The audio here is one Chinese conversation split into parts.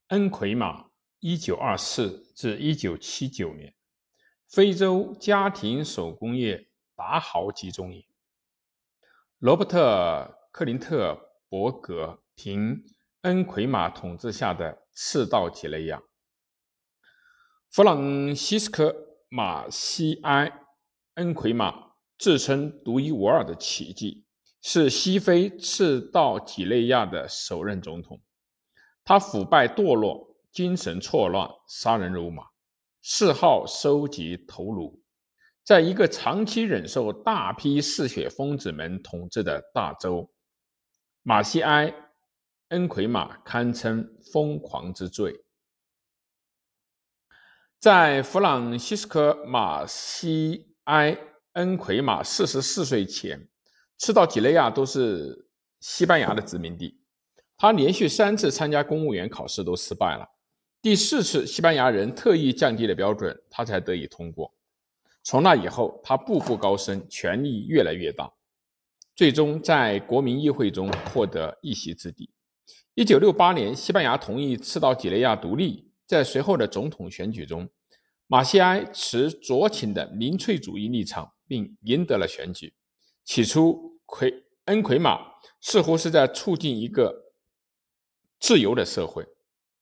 恩奎玛 （1924至1979年），非洲家庭手工业达豪集中营。罗伯特·克林特伯格凭恩奎玛统治下的赤道几内亚。弗朗西斯科·马西埃·恩奎玛自称独一无二的奇迹，是西非赤道几内亚的首任总统。他腐败堕落，精神错乱，杀人如麻，嗜好收集头颅。在一个长期忍受大批嗜血疯子们统治的大洲，马西埃·恩奎玛堪称疯狂之最。在弗朗西斯科·马西埃·恩奎玛44岁前，赤道几内亚都是西班牙的殖民地。他连续3次参加公务员考试都失败了，第4次西班牙人特意降低了标准，他才得以通过。从那以后，他步步高升，权力越来越大，最终在国民议会中获得一席之地。1968年，西班牙同意赤道几内亚独立。在随后的总统选举中，马西埃持左倾的民粹主义立场，并赢得了选举。起初，恩奎玛似乎是在促进一个自由的社会，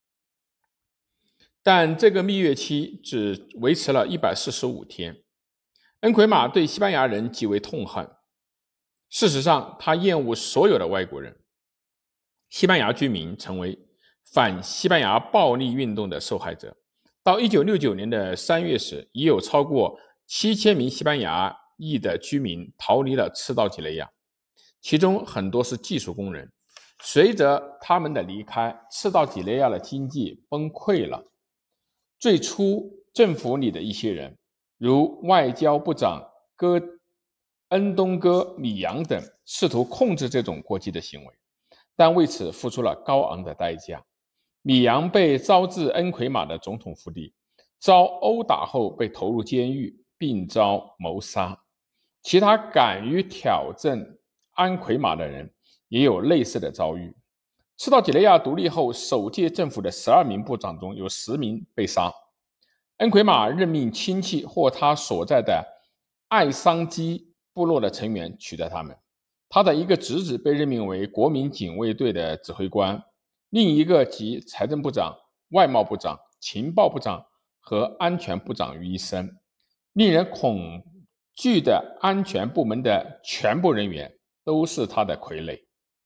但这个蜜月期只维持了145天。恩奎玛对西班牙人极为痛恨，事实上，他厌恶所有的外国人。西班牙居民成为反西班牙暴力运动的受害者。到1969年的3月时，已有超过7000名西班牙裔的居民逃离了赤道几内亚，其中很多是技术工人。随着他们的离开，赤道几内亚的经济崩溃了。最初，政府里的一些人，如外交部长恩东哥·米扬等，试图控制这种过激的行为，但为此付出了高昂的代价。米扬被招至恩奎玛的总统府邸，遭殴打后被投入监狱，并遭谋杀。其他敢于挑战恩奎玛的人也有类似的遭遇。赤道几内亚独立后，首届政府的12名部长中有10名被杀。恩奎玛任命亲戚或他所在的艾桑基部落的成员取代他们。他的一个侄子被任命为国民警卫队的指挥官，另一个即财政部长、外贸部长、情报部长和安全部长于一身。令人恐惧的安全部门的全部人员都是他的傀儡。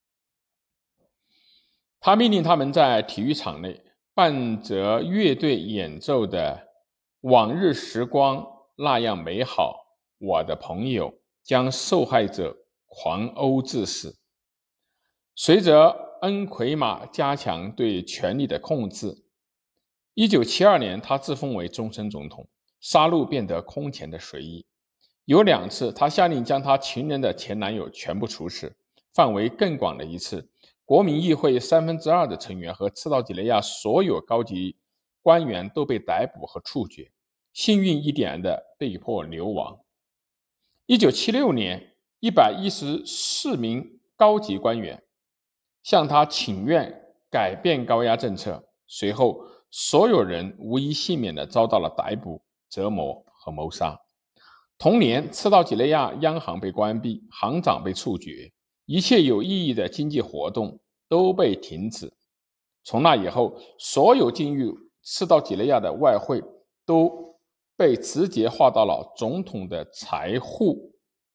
他命令他们在体育场内伴着乐队演奏的往日时光那样美好，我的朋友，将受害者狂殴致死。随着恩奎玛加强对权力的控制，1972年他自封为终身总统，杀戮变得空前的随意。有2次，他下令将他情人的前男友全部处死。范围更广的一次，国民议会2/3的成员和赤道几内亚所有高级官员都被逮捕和处决，幸运一点的被迫流亡。1976年，114名高级官员向他请愿改变高压政策，随后所有人无一幸免地遭到了逮捕、折磨和谋杀。同年，赤道几内亚央行被关闭，行长被处决，一切有意义的经济活动都被停止。从那以后，所有进入赤道几内亚的外汇都被直接划到了总统的财户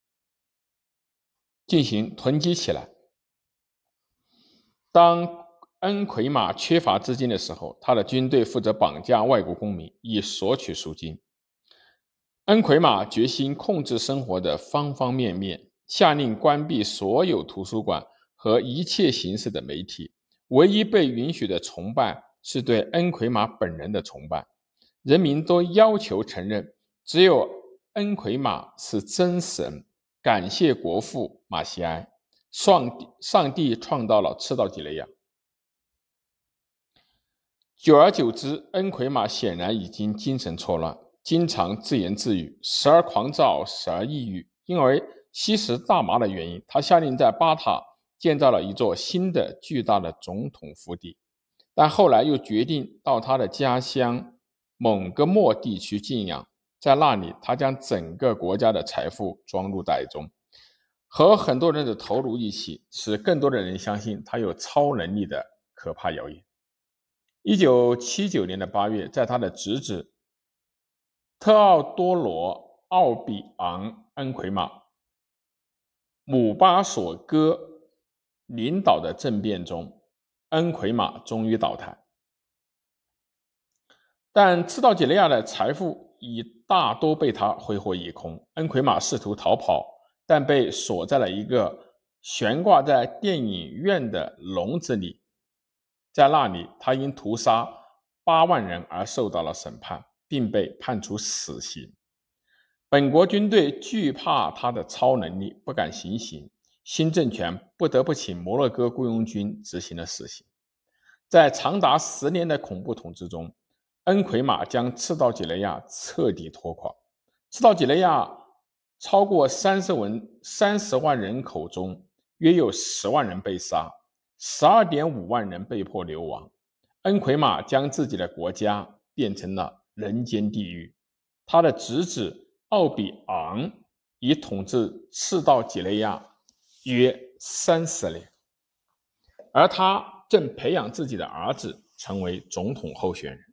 进行囤积起来。当恩奎玛缺乏资金的时候，他的军队负责绑架外国公民以索取赎金。恩奎玛决心控制生活的方方面面，下令关闭所有图书馆和一切形式的媒体。唯一被允许的崇拜是对恩奎玛本人的崇拜。人民都要求承认，只有恩奎玛是真神，感谢国父马西埃。上帝创造了赤道几内亚。久而久之，恩奎玛显然已经精神错乱，经常自言自语，时而狂躁，时而抑郁。因为吸食大麻的原因，他下令在巴塔建造了一座新的巨大的总统府邸。 但后来又决定到他的家乡蒙哥莫地区静养，在那里他将整个国家的财富装入袋中，和很多人的头颅一起，使更多的人相信他有超能力的可怕谣言。1979年8月，在他的侄子特奥多罗·奥比昂·恩奎马姆巴索戈领导的政变中，恩奎马终于倒台。但赤道几内亚的财富已大多被他挥霍一空。恩奎马试图逃跑，但被锁在了一个悬挂在电影院的笼子里。在那里，他因屠杀8万人而受到了审判，并被判处死刑。本国军队惧怕他的超能力，不敢行刑。新政权不得不请摩洛哥雇佣军执行了死刑。在长达10年的恐怖统治中，恩奎马将赤道几内亚彻底拖垮。赤道几内亚超过30万人口中，约有10万人被杀，12.5万人被迫流亡。恩奎马将自己的国家变成了人间地狱。他的侄子奥比昂已统治赤道几内亚约30年，而他正培养自己的儿子成为总统候选人。